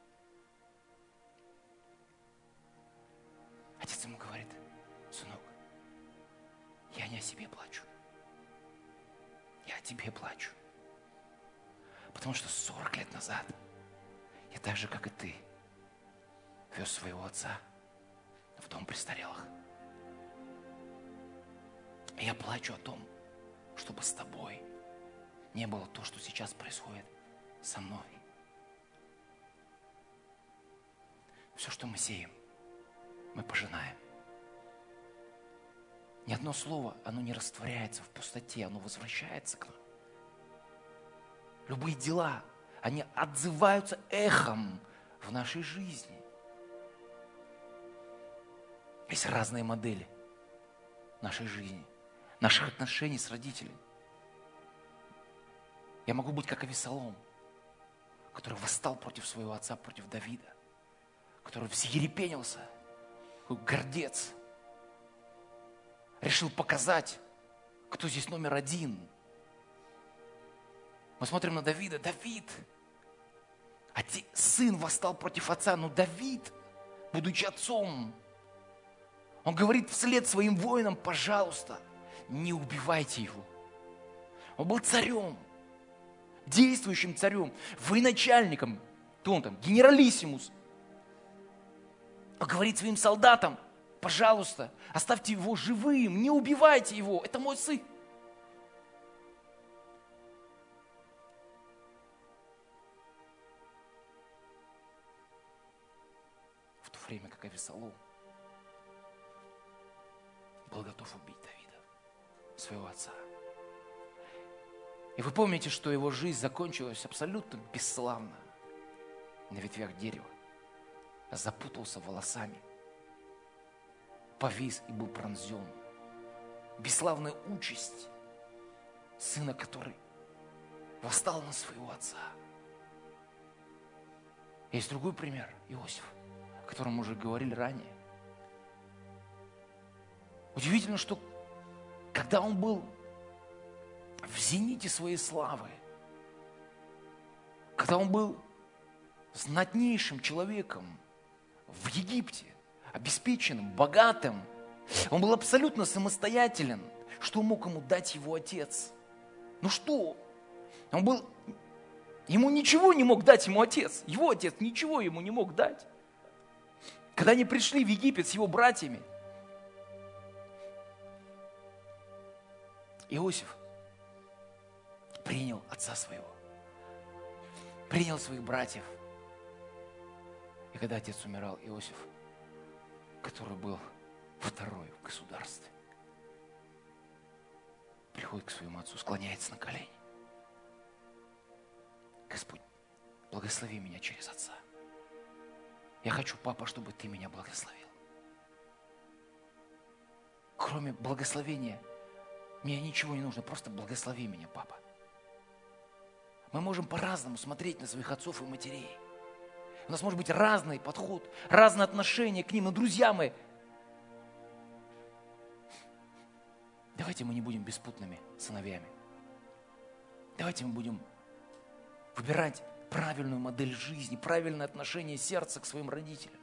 Отец ему говорит: сынок, я не о себе плачу, я о тебе плачу. Потому что 40 лет назад я так же, как и ты, вез своего отца в дом престарелых. И я плачу о том, чтобы с тобой не было то, что сейчас происходит со мной. Все, что мы сеем, мы пожинаем. Ни одно слово, оно не растворяется в пустоте, оно возвращается к нам. Любые дела, они отзываются эхом в нашей жизни. Есть разные модели нашей жизни, наших отношений с родителями. Я могу быть как Авессалом, который восстал против своего отца, против Давида, который взъерепенился, как гордец, решил показать, кто здесь номер один. Мы смотрим на Давида. Давид, сын восстал против отца, но Давид, будучи отцом, он говорит вслед своим воинам: пожалуйста, не убивайте его. Он был царем, действующим царем, военачальником, кто он там, генералиссимус. Он говорит своим солдатам: пожалуйста, оставьте его живым, не убивайте его, это мой сын. В то время как Авессалом был готов убить Давида, своего отца. И вы помните, что его жизнь закончилась абсолютно бесславно. На ветвях дерева запутался волосами, повис и был пронзен. Бесславная участь сына, который восстал на своего отца. Есть другой пример, Иосиф, о котором мы уже говорили ранее. Удивительно, что когда он был в зените своей славы, когда он был знатнейшим человеком в Египте, обеспеченным, богатым, он был абсолютно самостоятелен. Что мог ему дать его отец? Ну что? Ему ничего не мог дать ему отец. Его отец ничего ему не мог дать. Когда они пришли в Египет с его братьями, Иосиф принял отца своего, принял своих братьев. И когда отец умирал, Иосиф, который был второй в государстве, приходит к своему отцу, склоняется на колени. Господь, благослови меня через отца. Я хочу, папа, чтобы ты меня благословил. Кроме благословения, мне ничего не нужно, просто благослови меня, папа. Мы можем по-разному смотреть на своих отцов и матерей. У нас может быть разный подход, разное отношение к ним. Но, друзья мои, давайте мы не будем беспутными сыновьями. Давайте мы будем выбирать правильную модель жизни, правильное отношение сердца к своим родителям.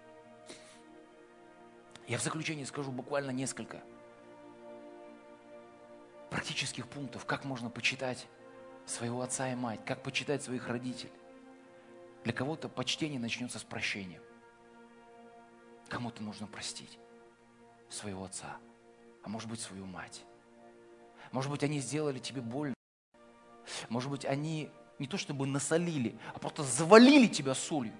Я в заключение скажу буквально несколько практических пунктов, как можно почитать своего отца и мать, как почитать своих родителей. Для кого-то почтение начнется с прощения. Кому-то нужно простить своего отца, а может быть свою мать. Может быть, они сделали тебе больно. Может быть, они не то чтобы насолили, а просто завалили тебя солью.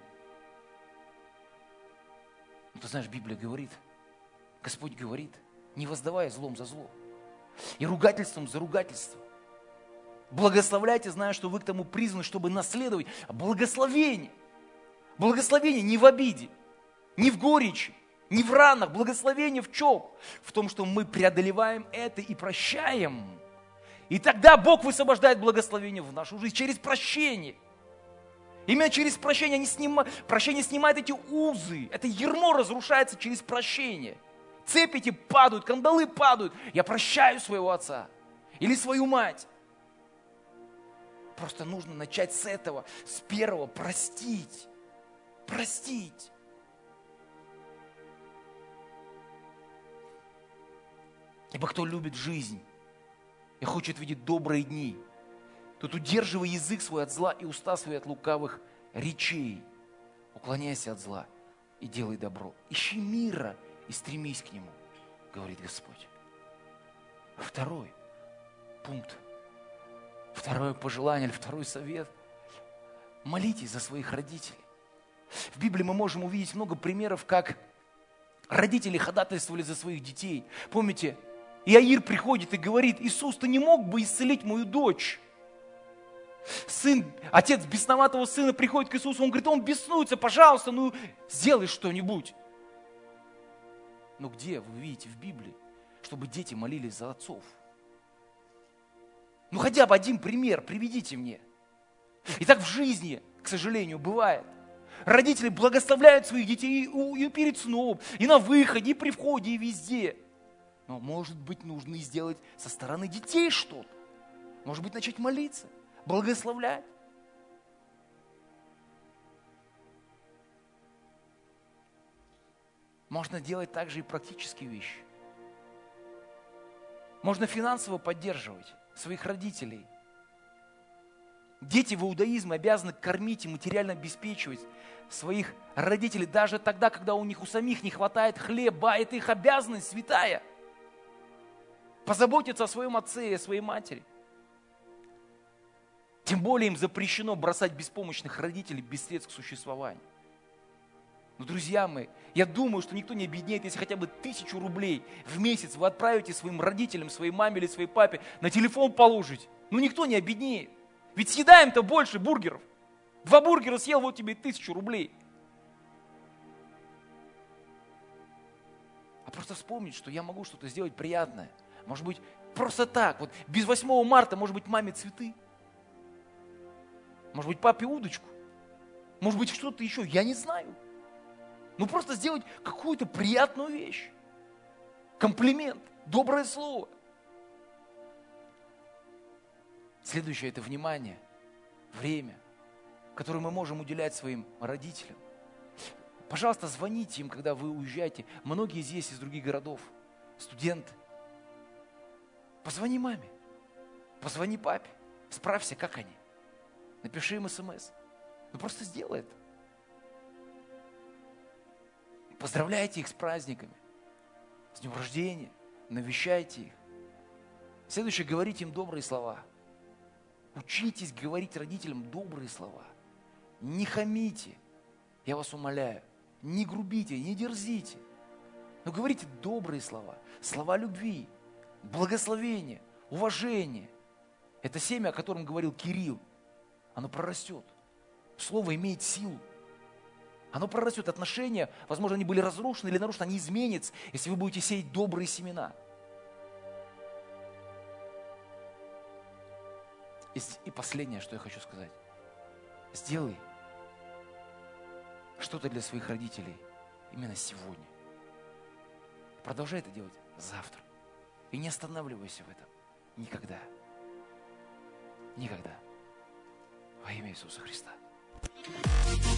Но ты знаешь, Библия говорит, Господь говорит, не воздавай злом за зло и ругательством за ругательство. Благословляйте, зная, что вы к тому призваны, чтобы наследовать благословение. Благословение не в обиде, не в горечи, не в ранах. Благословение в чем? В том, что мы преодолеваем это и прощаем. И тогда Бог высвобождает благословение в нашу жизнь через прощение. Именно через прощение прощение снимает эти узы. Это ярмо разрушается через прощение. Цепи эти падают, кандалы падают. Я прощаю своего отца или свою мать. Просто нужно начать с этого, с первого, простить. Простить. Ибо кто любит жизнь и хочет видеть добрые дни, тот удерживай язык свой от зла и уста свои от лукавых речей. Уклоняйся от зла и делай добро. Ищи мира и стремись к нему, говорит Господь. Второй пункт. Второе пожелание или второй совет. Молитесь за своих родителей. В Библии мы можем увидеть много примеров, как родители ходатайствовали за своих детей. Помните, Иаир приходит и говорит: Иисус, ты не мог бы исцелить мою дочь? Отец бесноватого сына приходит к Иисусу, он говорит, он беснуется, пожалуйста, ну сделай что-нибудь. Но где вы видите в Библии, чтобы дети молились за отцов? Ну хотя бы один пример приведите мне. И так в жизни, к сожалению, бывает. Родители благословляют своих детей и перед сном, и на выходе, и при входе, и везде. Но может быть нужно и сделать со стороны детей что-то. Может быть начать молиться, благословлять. Можно делать также и практические вещи. Можно финансово поддерживать своих родителей. Дети в иудаизме обязаны кормить и материально обеспечивать своих родителей даже тогда, когда у них у самих не хватает хлеба. Это их обязанность святая. Позаботиться о своем отце и о своей матери. Тем более им запрещено бросать беспомощных родителей без средств к существованию. Но, друзья мои, я думаю, что никто не обеднеет, если хотя бы 1000 рублей в месяц вы отправите своим родителям, своей маме или своей папе, на телефон положите. Ну, никто не обеднеет. Ведь съедаем-то больше бургеров. 2 бургера съел, вот тебе 1000 рублей. А просто вспомнить, что я могу что-то сделать приятное. Может быть, просто так, вот без 8 марта, может быть, маме цветы. Может быть, папе удочку. Может быть, что-то еще, я не знаю. Ну, просто сделать какую-то приятную вещь. Комплимент, доброе слово. Следующее – это внимание, время, которое мы можем уделять своим родителям. Пожалуйста, звоните им, когда вы уезжаете. Многие здесь из других городов, студенты. Позвони маме, позвони папе, справься, как они. Напиши им смс. Ну, просто сделай это. Поздравляйте их с праздниками, с днем рождения, навещайте их. Следующее – говорите им добрые слова. Учитесь говорить родителям добрые слова. Не хамите, я вас умоляю. Не грубите, не дерзите. Но говорите добрые слова, слова любви, благословения, уважения. Это семя, о котором говорил Кирилл. Оно прорастет. Слово имеет силу. Оно прорастет. Отношения, возможно, они были разрушены или нарушены, они изменятся, если вы будете сеять добрые семена. И последнее, что я хочу сказать. Сделай что-то для своих родителей именно сегодня. Продолжай это делать завтра. И не останавливайся в этом. Никогда. Никогда. Во имя Иисуса Христа.